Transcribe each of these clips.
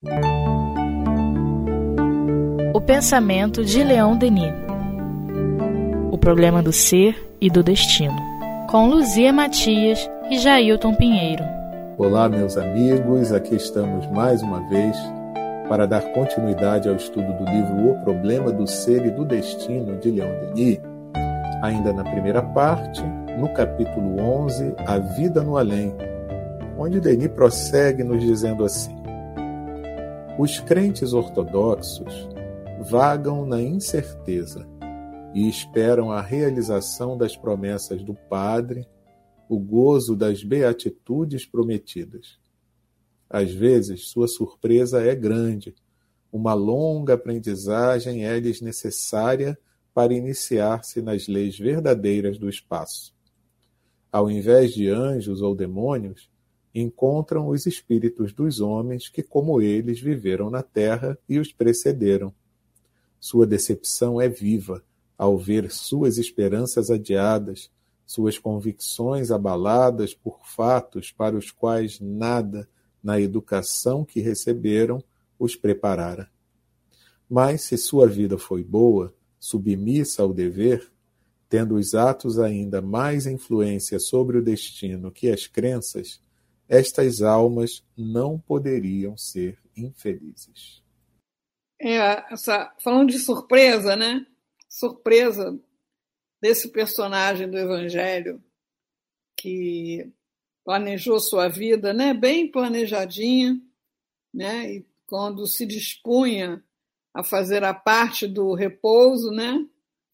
O pensamento de Leon Denis. O problema do ser e do destino. Com Luzia Matias e Jailton Pinheiro. Olá, meus amigos. Aqui estamos mais uma vez para dar continuidade ao estudo do livro O Problema do Ser e do Destino, de Leon Denis. Ainda na primeira parte, no capítulo 11, A Vida no Além, onde Denis prossegue nos dizendo assim: os crentes ortodoxos vagam na incerteza e esperam a realização das promessas do Padre, o gozo das beatitudes prometidas. Às vezes, sua surpresa é grande. Uma longa aprendizagem é-lhes necessária para iniciar-se nas leis verdadeiras do espaço. Ao invés de anjos ou demônios, encontram os espíritos dos homens que, como eles, viveram na terra e os precederam. Sua decepção é viva ao ver suas esperanças adiadas, suas convicções abaladas por fatos para os quais nada na educação que receberam os preparara. Mas se sua vida foi boa, submissa ao dever, tendo os atos ainda mais influência sobre o destino que as crenças, estas almas não poderiam ser infelizes. Falando de surpresa, né? Surpresa desse personagem do Evangelho que planejou sua vida, né? Bem planejadinha, né? E quando se dispunha a fazer a parte do repouso, né?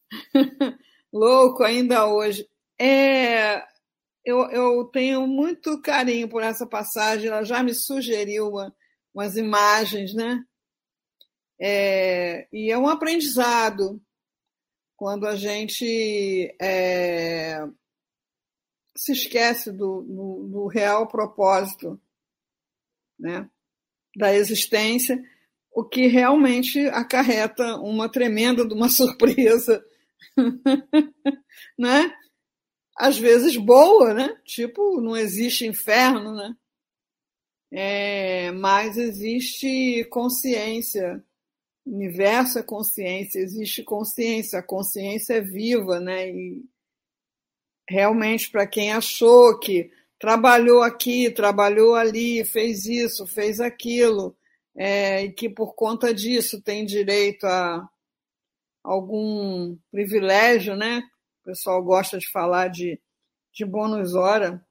Louco ainda hoje. Eu tenho muito carinho por essa passagem, ela já me sugeriu umas imagens, né? E é um aprendizado quando a gente se esquece do real propósito, né, da existência, o que realmente acarreta uma tremenda de uma surpresa, né? Às vezes boa, né? Tipo, não existe inferno, né? Mas existe consciência. O universo é consciência, existe consciência, a consciência é viva, né? E realmente, para quem achou que trabalhou aqui, trabalhou ali, fez isso, fez aquilo, e que por conta disso tem direito a algum privilégio, né? O pessoal gosta de falar de bônus hora,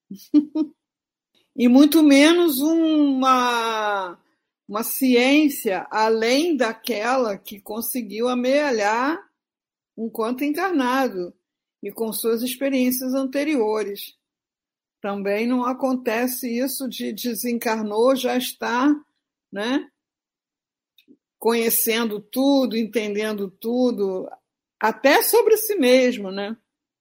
e muito menos uma ciência além daquela que conseguiu amealhar enquanto encarnado e com suas experiências anteriores. Também não acontece isso de desencarnou, já está, né, conhecendo tudo, entendendo tudo, até sobre si mesmo, né?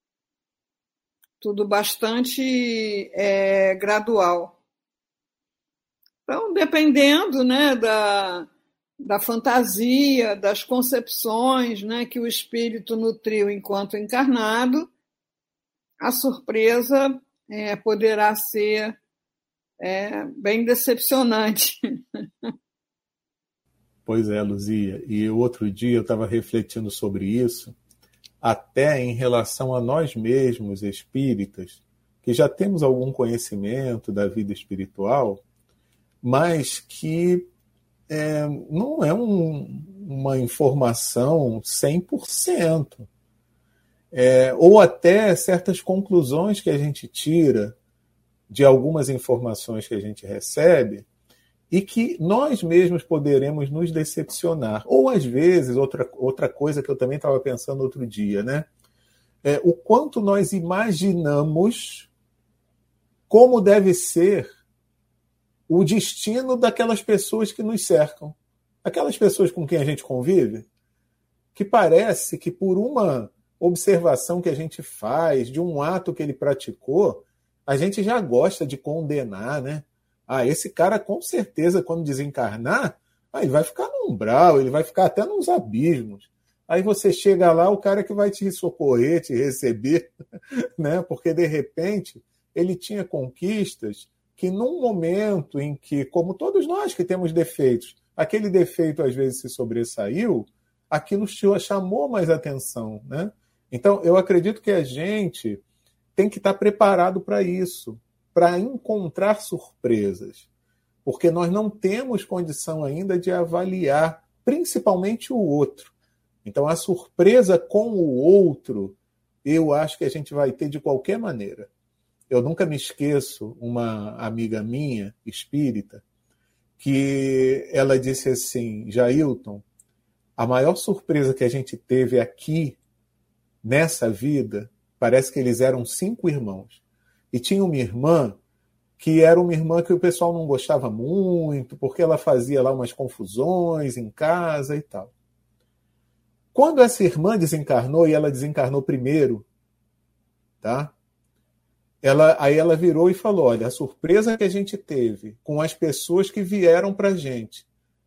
Tudo bastante gradual. Então, dependendo, né, da fantasia, das concepções, né, que o espírito nutriu enquanto encarnado, a surpresa poderá ser bem decepcionante. Pois é, Luzia. E outro dia eu estava refletindo sobre isso, até em relação a nós mesmos, espíritas, que já temos algum conhecimento da vida espiritual, mas que não é uma informação 100%. Ou até certas conclusões que a gente tira de algumas informações que a gente recebe e que nós mesmos poderemos nos decepcionar. Ou, às vezes, outra coisa que eu também estava pensando outro dia, né? O quanto nós imaginamos como deve ser o destino daquelas pessoas que nos cercam. Aquelas pessoas com quem a gente convive, que parece que por uma observação que a gente faz, de um ato que ele praticou, a gente já gosta de condenar, né? Esse cara, com certeza, quando desencarnar, ele vai ficar no umbral, ele vai ficar até nos abismos. Aí você chega lá, o cara que vai te socorrer, te receber, né? Porque, de repente, ele tinha conquistas que num momento em que, como todos nós que temos defeitos, aquele defeito às vezes se sobressaiu, aquilo chamou mais atenção, né? Então, eu acredito que a gente tem que estar preparado para isso, para encontrar surpresas, porque nós não temos condição ainda de avaliar, principalmente o outro. Então, a surpresa com o outro, eu acho que a gente vai ter de qualquer maneira. Eu nunca me esqueço, uma amiga minha, espírita, que ela disse assim: Jailton, a maior surpresa que a gente teve aqui, nessa vida, parece que eles eram 5 irmãos. E tinha uma irmã que era uma irmã que o pessoal não gostava muito, porque ela fazia lá umas confusões em casa e tal. Quando essa irmã desencarnou, e ela desencarnou primeiro, tá? Aí ela virou e falou: olha, a surpresa que a gente teve com as pessoas que vieram para a gente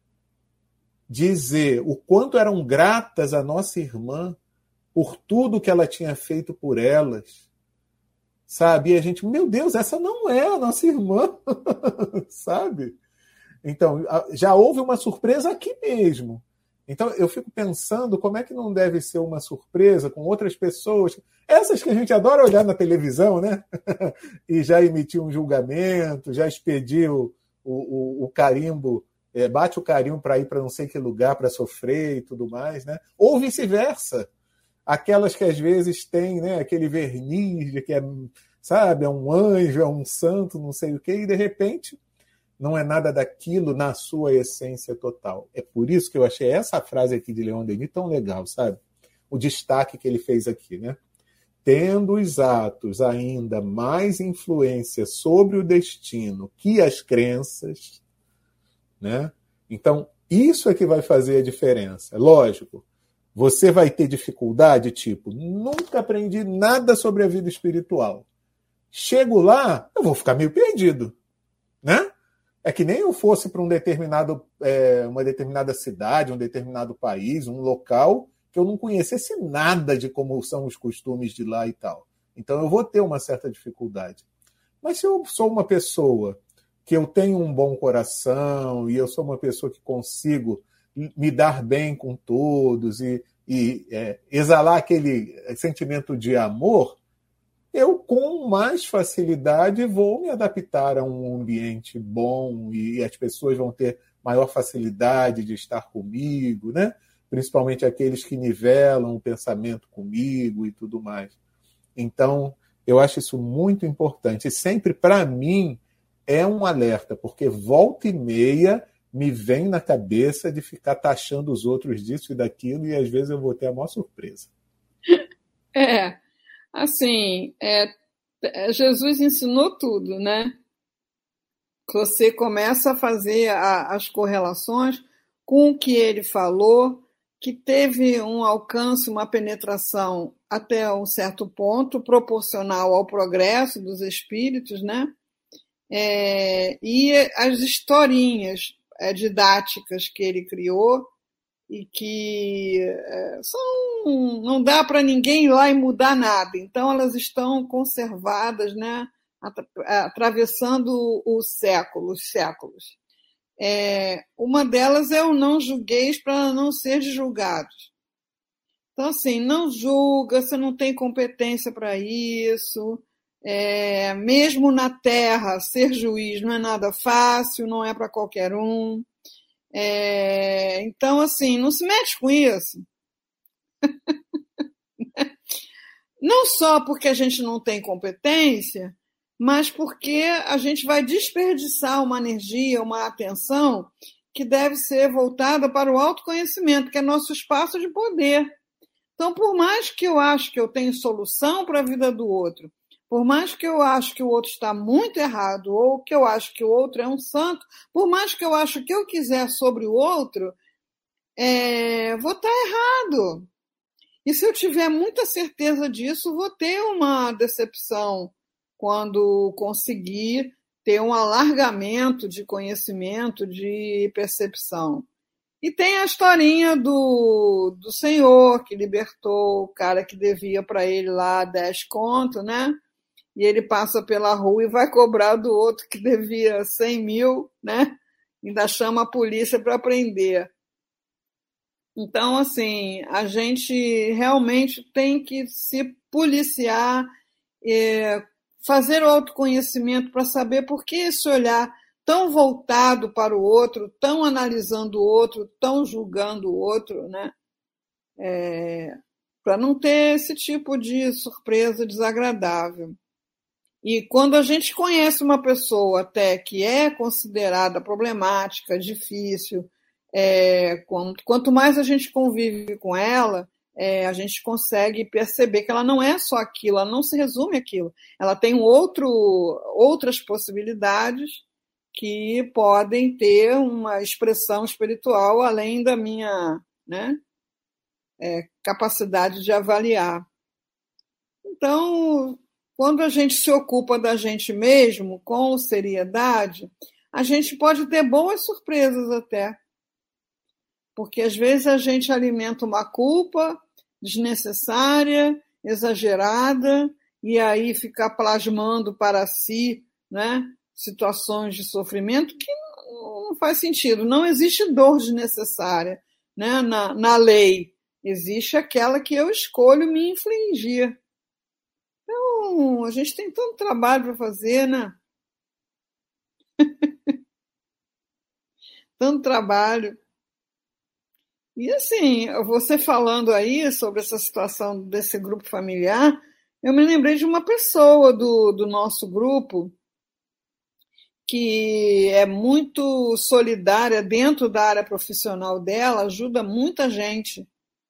dizer o quanto eram gratas a nossa irmã por tudo que ela tinha feito por elas, sabe? E a gente, meu Deus, essa não é a nossa irmã, sabe? Então, já houve uma surpresa aqui mesmo. Então, eu fico pensando como é que não deve ser uma surpresa com outras pessoas, essas que a gente adora olhar na televisão, né? E já emitir um julgamento, já expedir o carimbo, bate o carimbo para ir para não sei que lugar para sofrer e tudo mais, né? Ou vice-versa. Aquelas que às vezes têm, né, aquele verniz de que sabe, é um anjo, é um santo, não sei o quê, e de repente não é nada daquilo na sua essência total. É por isso que eu achei essa frase aqui de Leon Denis tão legal, sabe? O destaque que ele fez aqui, né? Tendo os atos ainda mais influência sobre o destino que as crenças, né? Então, isso é que vai fazer a diferença. Lógico, você vai ter dificuldade, tipo, nunca aprendi nada sobre a vida espiritual. Chego lá, eu vou ficar meio perdido, né? É que nem eu fosse para uma determinada cidade, um determinado país, um local que eu não conhecesse nada de como são os costumes de lá e tal. Então eu vou ter uma certa dificuldade. Mas se eu sou uma pessoa que eu tenho um bom coração e eu sou uma pessoa que consigo me dar bem com todos e exalar aquele sentimento de amor, eu com mais facilidade vou me adaptar a um ambiente bom e as pessoas vão ter maior facilidade de estar comigo, né? Principalmente aqueles que nivelam o pensamento comigo e tudo mais. Então, eu acho isso muito importante. E sempre, para mim, é um alerta, porque volta e meia me vem na cabeça de ficar taxando os outros disso e daquilo, e às vezes eu vou ter a maior surpresa. Assim, Jesus ensinou tudo, né? Você começa a fazer as correlações com o que ele falou, que teve um alcance, uma penetração até um certo ponto, proporcional ao progresso dos espíritos, né? E as historinhas didáticas que ele criou e que não dá para ninguém ir lá e mudar nada. Então, elas estão conservadas, né? Atravessando os séculos. Uma delas é o não julgueis para não ser julgados. Então, assim, não julga, você não tem competência para isso. Mesmo na Terra, ser juiz não é nada fácil, não é para qualquer um. Então, assim, não se mete com isso. Não só porque a gente não tem competência, mas porque a gente vai desperdiçar uma energia, uma atenção que deve ser voltada para o autoconhecimento, que é nosso espaço de poder. Então, por mais que eu acho que eu tenho solução para a vida do outro, por mais que eu acho que o outro está muito errado, ou que eu acho que o outro é um santo, por mais que eu acho que eu quiser sobre o outro, vou estar errado. E se eu tiver muita certeza disso, vou ter uma decepção quando conseguir ter um alargamento de conhecimento, de percepção. E tem a historinha do Senhor que libertou o cara que devia para ele lá 10 contos, né? e ele passa pela rua e vai cobrar do outro que devia 100 mil, né? Ainda chama a polícia para prender. Então, assim, a gente realmente tem que se policiar, fazer o autoconhecimento para saber por que esse olhar tão voltado para o outro, tão analisando o outro, tão julgando o outro, né? Para não ter esse tipo de surpresa desagradável. E quando a gente conhece uma pessoa até que é considerada problemática, difícil, quanto mais a gente convive com ela, a gente consegue perceber que ela não é só aquilo, ela não se resume àquilo. Ela tem outras possibilidades que podem ter uma expressão espiritual além da minha, né, capacidade de avaliar. Então, quando a gente se ocupa da gente mesmo com seriedade, a gente pode ter boas surpresas até. Porque às vezes a gente alimenta uma culpa desnecessária, exagerada, e aí fica plasmando para si, né, situações de sofrimento que não faz sentido. Não existe dor desnecessária, né, na lei. Existe aquela que eu escolho me infligir. Então, a gente tem tanto trabalho para fazer, né? Tanto trabalho. E assim, você falando aí sobre essa situação desse grupo familiar, eu me lembrei de uma pessoa do nosso grupo que é muito solidária dentro da área profissional dela, ajuda muita gente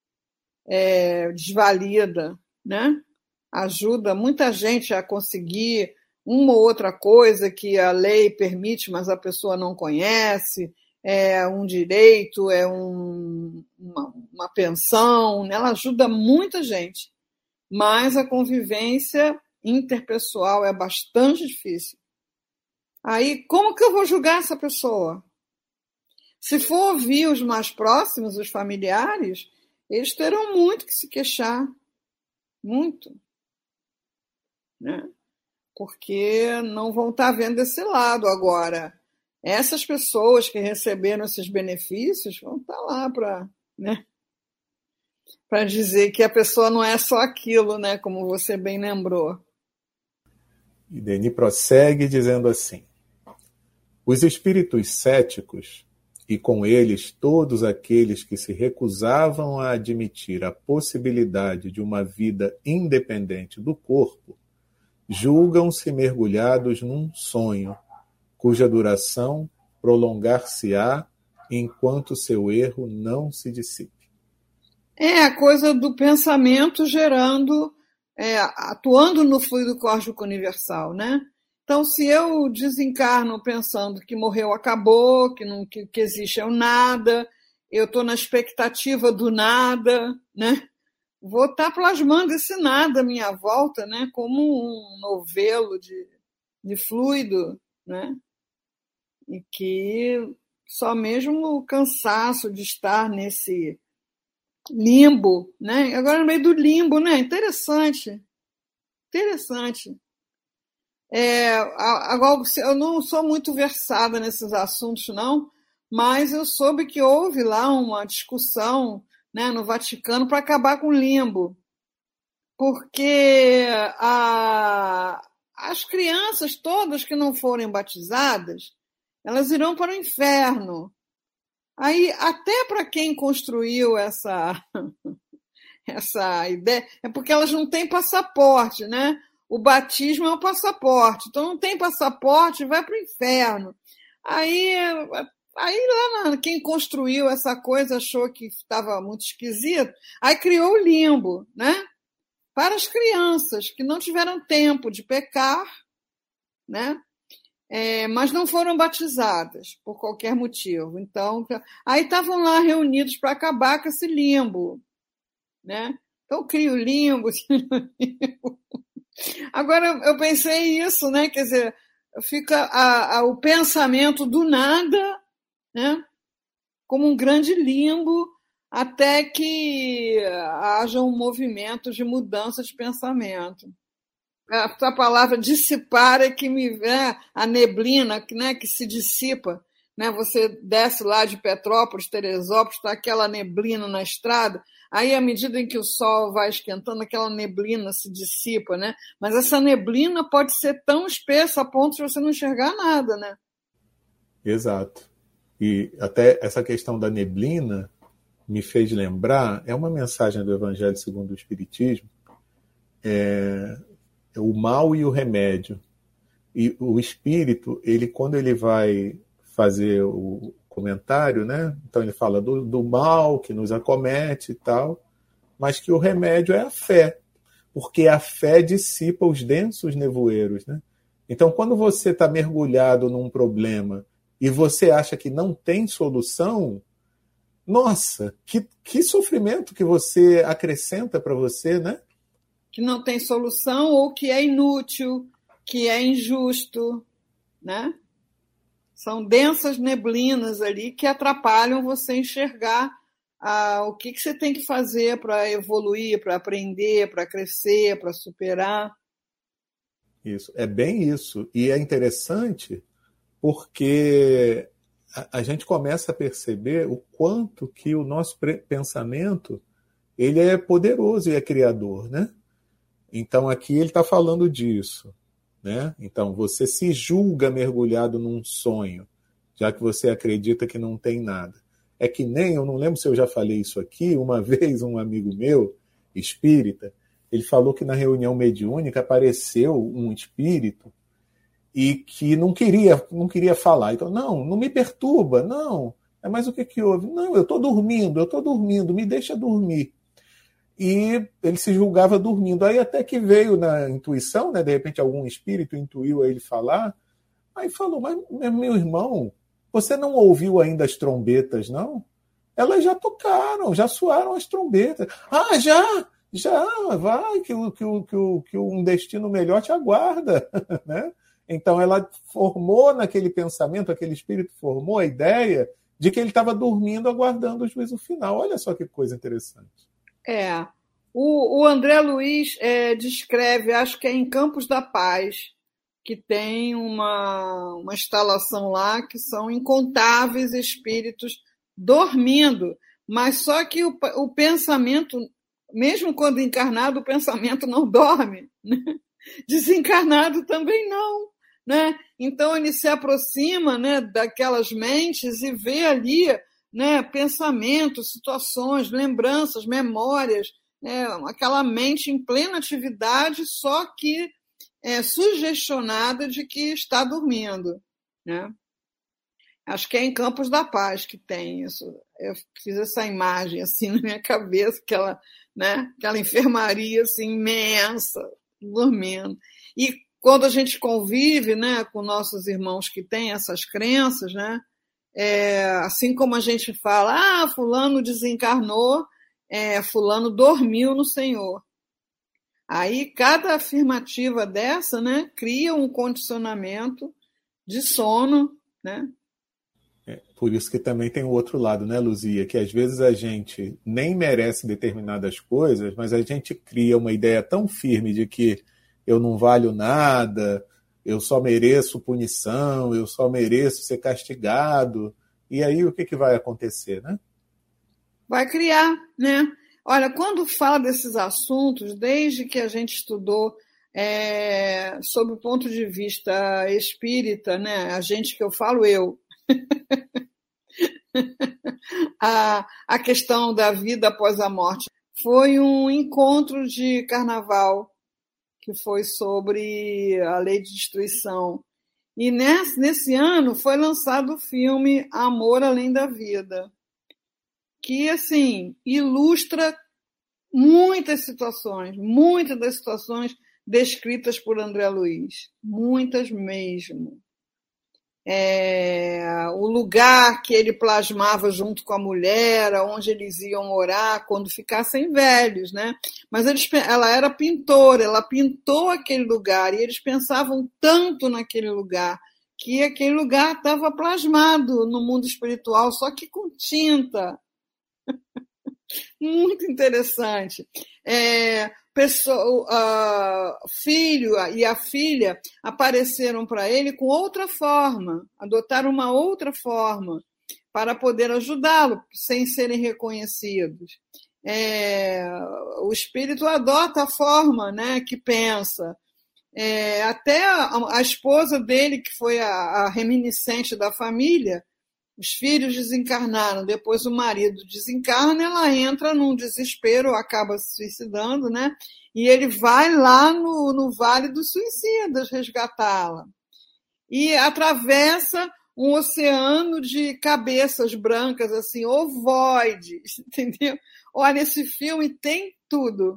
desvalida, né? Ajuda muita gente a conseguir uma ou outra coisa que a lei permite, mas a pessoa não conhece, um direito, uma pensão, ela ajuda muita gente, mas a convivência interpessoal é bastante difícil. Aí, como que eu vou julgar essa pessoa? Se for ouvir os mais próximos, os familiares, eles terão muito que se queixar, muito, né? Porque não vão estar vendo esse lado agora. Essas pessoas que receberam esses benefícios vão estar lá para, né, para dizer que a pessoa não é só aquilo, né, como você bem lembrou. E Denis prossegue dizendo assim: os espíritos céticos, e com eles todos aqueles que se recusavam a admitir a possibilidade de uma vida independente do corpo, julgam-se mergulhados num sonho, cuja duração prolongar-se-á enquanto seu erro não se dissipe. É a coisa do pensamento gerando, atuando no fluido cósmico universal, né? Então, se eu desencarno pensando que morreu, acabou, que existe é o nada, eu estou na expectativa do nada, né? Vou estar plasmando esse nada à minha volta, né? Como um novelo de fluido, né? E que só mesmo o cansaço de estar nesse limbo, né? Agora no meio do limbo, né? Interessante. Agora, eu não sou muito versada nesses assuntos, não, mas eu soube que houve lá uma discussão, né, no Vaticano para acabar com o limbo, porque as crianças todas que não forem batizadas, elas irão para o inferno. Aí, até para quem construiu essa ideia, é porque elas não têm passaporte, né? O batismo é um passaporte, então não tem passaporte, vai para o inferno. Aí lá quem construiu essa coisa achou que estava muito esquisito, aí criou o limbo, né? Para as crianças que não tiveram tempo de pecar, né? Mas não foram batizadas por qualquer motivo. Então, aí estavam lá reunidos para acabar com esse limbo, né? Então, cria o limbo. Agora, eu pensei isso, né? Quer dizer, fica o pensamento do nada, né? Como um grande limbo, até que haja um movimento de mudança de pensamento. A palavra dissipar é que me vê a neblina, né, que se dissipa. Né? Você desce lá de Petrópolis, Teresópolis, está aquela neblina na estrada, aí, à medida em que o sol vai esquentando, aquela neblina se dissipa, né? Mas essa neblina pode ser tão espessa a ponto de você não enxergar nada, né? Exato. E até essa questão da neblina me fez lembrar, é uma mensagem do Evangelho segundo o Espiritismo, o mal e o remédio. E o espírito, ele, quando ele vai fazer o comentário, né? Então ele fala do mal que nos acomete e tal, mas que o remédio é a fé, porque a fé dissipa os densos nevoeiros, né? Então, quando você está mergulhado num problema e você acha que não tem solução, nossa, que sofrimento que você acrescenta para você, né? Que não tem solução ou que é inútil, que é injusto, né? São densas neblinas ali que atrapalham você enxergar o que você tem que fazer para evoluir, para aprender, para crescer, para superar. Isso, é bem isso. E é interessante porque a gente começa a perceber o quanto que o nosso pensamento ele é poderoso e é criador, né? Então aqui ele está falando disso. Né? Então, você se julga mergulhado num sonho, já que você acredita que não tem nada. É que nem, eu não lembro se eu já falei isso aqui, uma vez um amigo meu, espírita, ele falou que na reunião mediúnica apareceu um espírito e que não queria falar. Então, não me perturba, não. Mas o que houve? Não, eu estou dormindo, me deixa dormir. E ele se julgava dormindo. Aí até que veio na intuição, né? De repente algum espírito intuiu a ele falar, aí falou, mas meu irmão, você não ouviu ainda as trombetas, não? Elas já tocaram, já soaram as trombetas. Ah, já, vai, que um destino melhor te aguarda. Né? Então ela formou naquele pensamento, aquele espírito formou a ideia de que ele estava dormindo aguardando o juízo final. Olha só que coisa interessante. O André Luiz descreve, acho que é em Campos da Paz, que tem uma instalação lá que são incontáveis espíritos dormindo, mas só que o pensamento, mesmo quando encarnado, o pensamento não dorme, né? Desencarnado também não. Né? Então ele se aproxima, né, daquelas mentes e vê ali, né, pensamentos, situações, lembranças, memórias, né, aquela mente em plena atividade, só que sugestionada de que está dormindo. Né? Acho que é em Campos da Paz que tem isso. Eu fiz essa imagem assim na minha cabeça, aquela enfermaria assim, imensa, dormindo. E quando a gente convive, né, com nossos irmãos que têm essas crenças, né, assim como a gente fala, fulano desencarnou, fulano dormiu no Senhor. Aí cada afirmativa dessa, né, cria um condicionamento de sono, né? Por isso que também tem o outro lado, né, Luzia? Que às vezes a gente nem merece determinadas coisas, mas a gente cria uma ideia tão firme de que eu não valho nada, eu só mereço punição, eu só mereço ser castigado. E aí o que vai acontecer, né? Vai criar, né? Olha, quando fala desses assuntos, desde que a gente estudou sob o ponto de vista espírita, né? A gente que eu falo eu, a questão da vida após a morte, foi um encontro de carnaval que foi sobre a lei de destruição. E nesse ano foi lançado o filme Amor Além da Vida, que assim ilustra muitas das situações descritas por André Luiz, muitas mesmo. O lugar que ele plasmava junto com a mulher, onde eles iam morar quando ficassem velhos, né? Mas ela era pintora, ela pintou aquele lugar e eles pensavam tanto naquele lugar que aquele lugar estava plasmado no mundo espiritual, só que com tinta. Muito interessante. filho e a filha apareceram para ele com outra forma, adotaram uma outra forma para poder ajudá-lo, sem serem reconhecidos. O espírito adota a forma, né, que pensa. Até a esposa dele, que foi a reminiscente da família, os filhos desencarnaram, depois o marido desencarna, ela entra num desespero, acaba se suicidando, né? E ele vai lá no Vale dos Suicidas resgatá-la. E atravessa um oceano de cabeças brancas, assim, ovoides, entendeu? Olha, esse filme tem tudo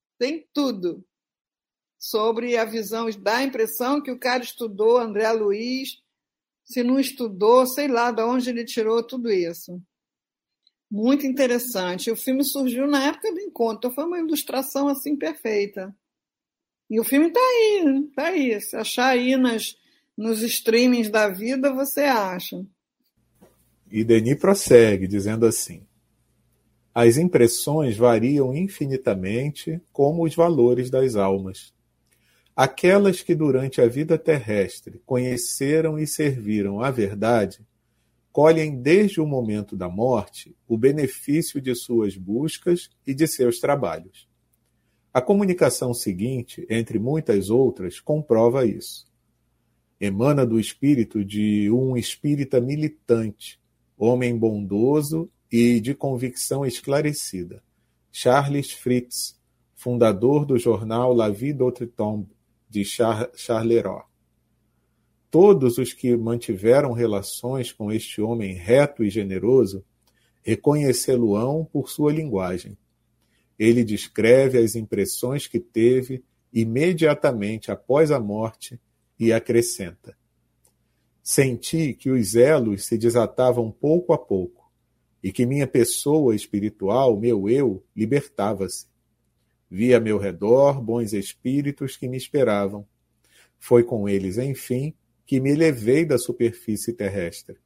sobre a visão, dá a impressão que o cara estudou, André Luiz. Se não estudou, sei lá de onde ele tirou tudo isso. Muito interessante. O filme surgiu na época do encontro, foi uma ilustração assim perfeita. E o filme está aí. Se achar aí nos streamings da vida, você acha. E Denis prossegue, dizendo assim: as impressões variam infinitamente como os valores das almas. Aquelas que durante a vida terrestre conheceram e serviram a verdade, colhem desde o momento da morte o benefício de suas buscas e de seus trabalhos. A comunicação seguinte, entre muitas outras, comprova isso. Emana do espírito de um espírita militante, homem bondoso e de convicção esclarecida, Charles Fritz, fundador do jornal La Vie d'Outre-Tombe, de Charleroi. Todos os que mantiveram relações com este homem reto e generoso reconhecê-lo-ão por sua linguagem. Ele descreve as impressões que teve imediatamente após a morte e acrescenta: senti que os elos se desatavam pouco a pouco e que minha pessoa espiritual, meu eu, libertava-se. Vi a meu redor bons espíritos que me esperavam. Foi com eles, enfim, que me elevei da superfície terrestre.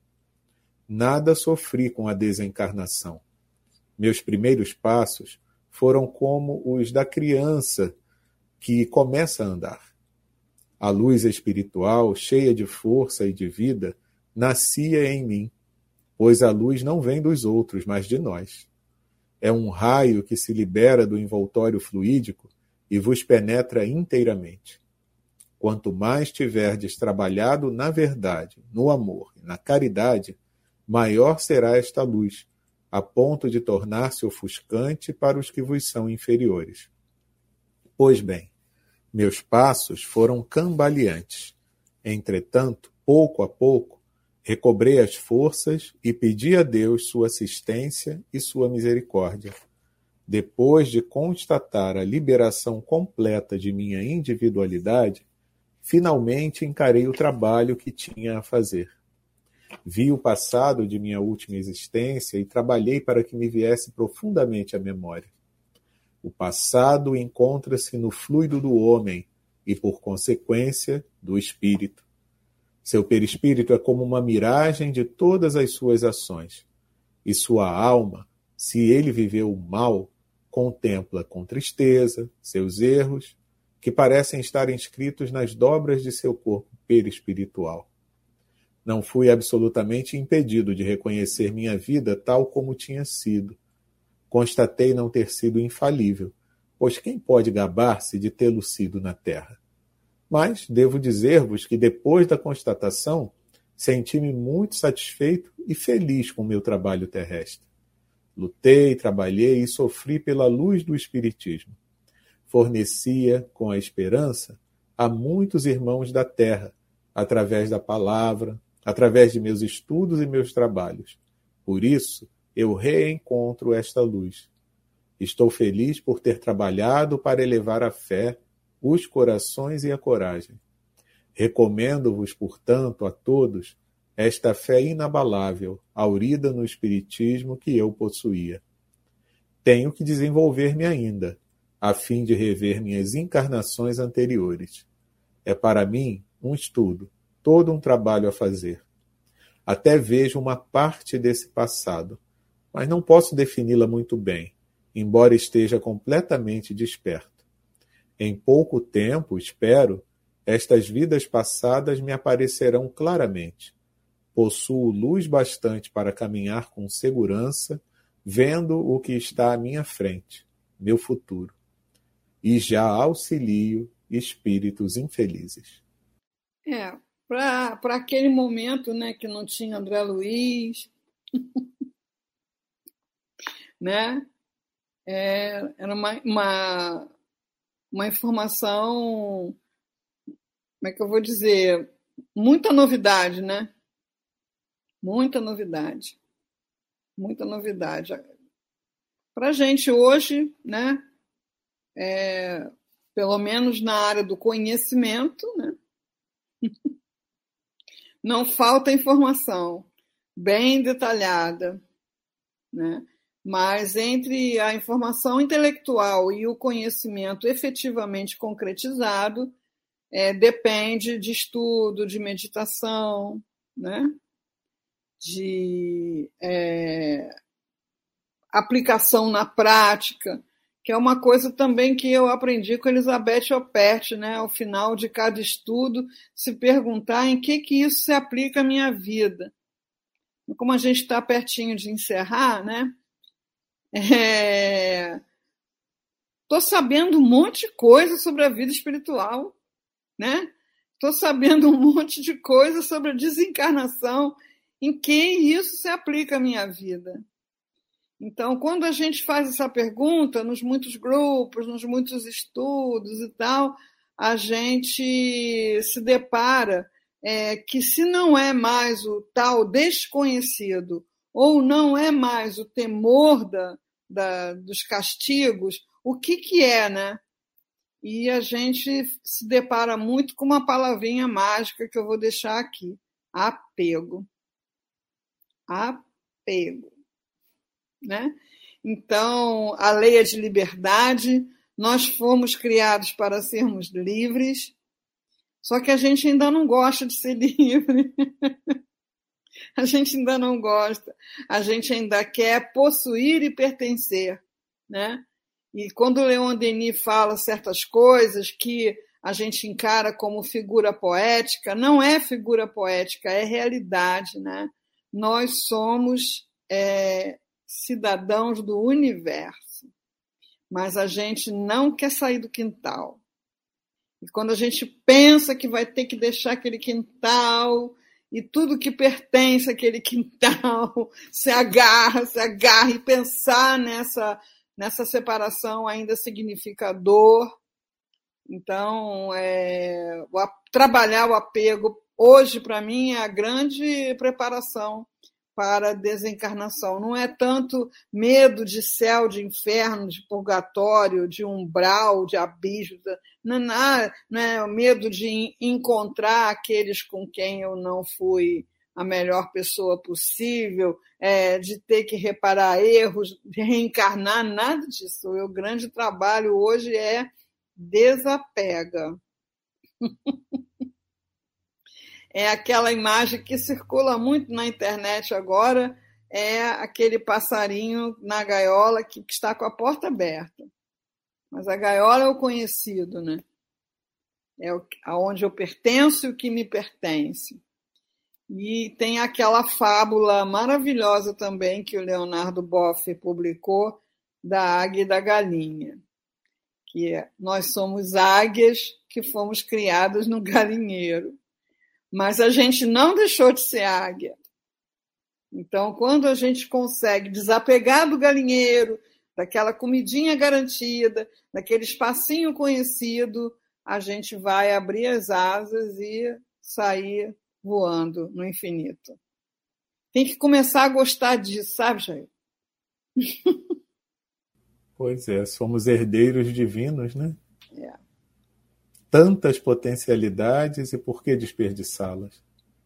Nada sofri com a desencarnação. Meus primeiros passos foram como os da criança que começa a andar. A luz espiritual, cheia de força e de vida, nascia em mim, pois a luz não vem dos outros, mas de nós. É um raio que se libera do envoltório fluídico e vos penetra inteiramente. Quanto mais tiverdes trabalhado na verdade, no amor e na caridade, maior será esta luz, a ponto de tornar-se ofuscante para os que vos são inferiores. Pois bem, meus passos foram cambaleantes. Entretanto, pouco a pouco, recobrei as forças e pedi a Deus sua assistência e sua misericórdia. Depois de constatar a liberação completa de minha individualidade, finalmente encarei o trabalho que tinha a fazer. Vi o passado de minha última existência e trabalhei para que me viesse profundamente à memória. O passado encontra-se no fluido do homem e, por consequência, do espírito. Seu perispírito é como uma miragem de todas as suas ações. E sua alma, se ele viveu mal, contempla com tristeza seus erros, que parecem estar inscritos nas dobras de seu corpo perispiritual. Não fui absolutamente impedido de reconhecer minha vida tal como tinha sido. Constatei não ter sido infalível, pois quem pode gabar-se de tê-lo sido na terra? Mas devo dizer-vos que depois da constatação, senti-me muito satisfeito e feliz com o meu trabalho terrestre. Lutei, trabalhei e sofri pela luz do Espiritismo. Fornecia, com a esperança, a muitos irmãos da terra, através da palavra, através de meus estudos e meus trabalhos. Por isso, eu reencontro esta luz. Estou feliz por ter trabalhado para elevar a fé, os corações e a coragem. Recomendo-vos, portanto, a todos esta fé inabalável, aurida no Espiritismo que eu possuía. Tenho que desenvolver-me ainda, a fim de rever minhas encarnações anteriores. É para mim um estudo, todo um trabalho a fazer. Até vejo uma parte desse passado, mas não posso defini-la muito bem, embora esteja completamente desperto. Em pouco tempo, espero, estas vidas passadas me aparecerão claramente. Possuo luz bastante para caminhar com segurança, vendo o que está à minha frente, meu futuro. E já auxilio espíritos infelizes. Para aquele momento, né, que não tinha André Luiz, né? Era uma informação, como é que eu vou dizer, muita novidade, né? Muita novidade. Muita novidade. Para a gente hoje, né? Pelo menos na área do conhecimento, né? Não falta informação bem detalhada, né? Mas entre a informação intelectual e o conhecimento efetivamente concretizado, depende de estudo, de meditação, né? De aplicação na prática, que é uma coisa também que eu aprendi com Elizabeth Oppert, né? Ao final de cada estudo, se perguntar em que isso se aplica à minha vida. Como a gente está pertinho de encerrar, né? Estou sabendo um monte de coisa sobre a vida espiritual, né? Estou sabendo um monte de coisa sobre a desencarnação, em que isso se aplica à minha vida. Então, quando a gente faz essa pergunta, nos muitos grupos, nos muitos estudos e tal, a gente se depara que se não é mais o tal desconhecido, ou não é mais o temor dos castigos, o que é, né? E a gente se depara muito com uma palavrinha mágica que eu vou deixar aqui: apego. Apego. Né? Então, a lei é de liberdade, nós fomos criados para sermos livres, só que a gente ainda não gosta de ser livre. A gente ainda não gosta, a gente ainda quer possuir e pertencer, né? E quando o Leon Denis fala certas coisas que a gente encara como figura poética, não é figura poética, é realidade, né? Nós somos cidadãos do universo, mas a gente não quer sair do quintal. E quando a gente pensa que vai ter que deixar aquele quintal e tudo que pertence àquele quintal, se agarra e pensar nessa separação ainda significa dor. Então, trabalhar o apego hoje, para mim, é a grande preparação para a desencarnação. Não é tanto medo de céu, de inferno, de purgatório, de umbral, de abismo, não é o medo de encontrar aqueles com quem eu não fui a melhor pessoa possível, de ter que reparar erros, de reencarnar, nada disso. O grande trabalho hoje é desapega. É aquela imagem que circula muito na internet agora, é aquele passarinho na gaiola que está com a porta aberta. Mas a gaiola é o conhecido, né? É aonde eu pertenço e o que me pertence. E tem aquela fábula maravilhosa também que o Leonardo Boff publicou, da águia e da galinha, que nós somos águias que fomos criadas no galinheiro. Mas a gente não deixou de ser águia. Então, quando a gente consegue desapegar do galinheiro, daquela comidinha garantida, daquele espacinho conhecido, a gente vai abrir as asas e sair voando no infinito. Tem que começar a gostar disso, sabe, Jair? Pois é, somos herdeiros divinos, né? Tantas potencialidades e por que desperdiçá-las?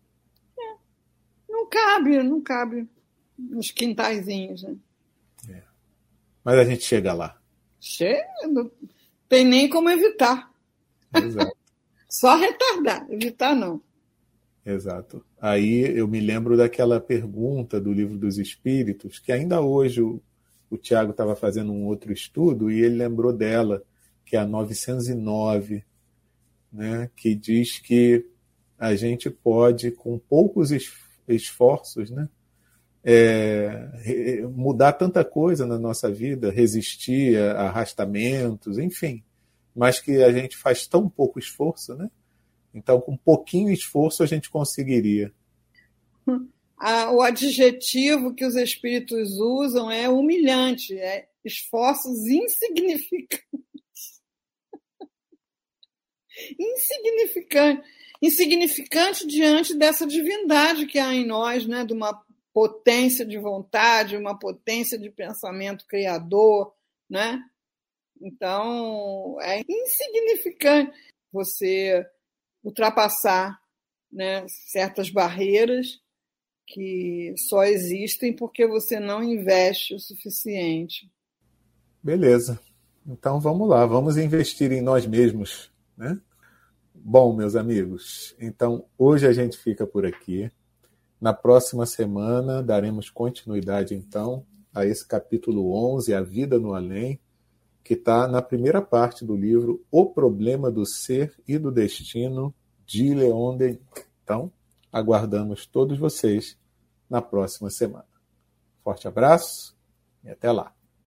Não cabe nos quintaizinhos, né? Mas a gente chega lá. Não tem nem como evitar. Exato. Só retardar, evitar não. Exato. Aí eu me lembro daquela pergunta do Livro dos Espíritos, que ainda hoje o Tiago estava fazendo um outro estudo e ele lembrou dela, que é a 909, né, que diz que a gente pode, com poucos esforços, né, mudar tanta coisa na nossa vida, resistir a arrastamentos, enfim, mas que a gente faz tão pouco esforço, né? Então, com pouquinho esforço, a gente conseguiria. O adjetivo que os espíritos usam é humilhante, é esforços insignificantes. Insignificante diante dessa divindade que há em nós, né? De uma potência de vontade, uma potência de pensamento criador, né? Então, é insignificante você ultrapassar, né, certas barreiras que só existem porque você não investe o suficiente. Beleza. Então vamos lá, vamos investir em nós mesmos, né? Bom, meus amigos, então hoje a gente fica por aqui. Na próxima semana daremos continuidade, então, a esse capítulo 11, A Vida no Além, que está na primeira parte do livro O Problema do Ser e do Destino, de Leon Denis. Então, aguardamos todos vocês na próxima semana. Forte abraço e até lá.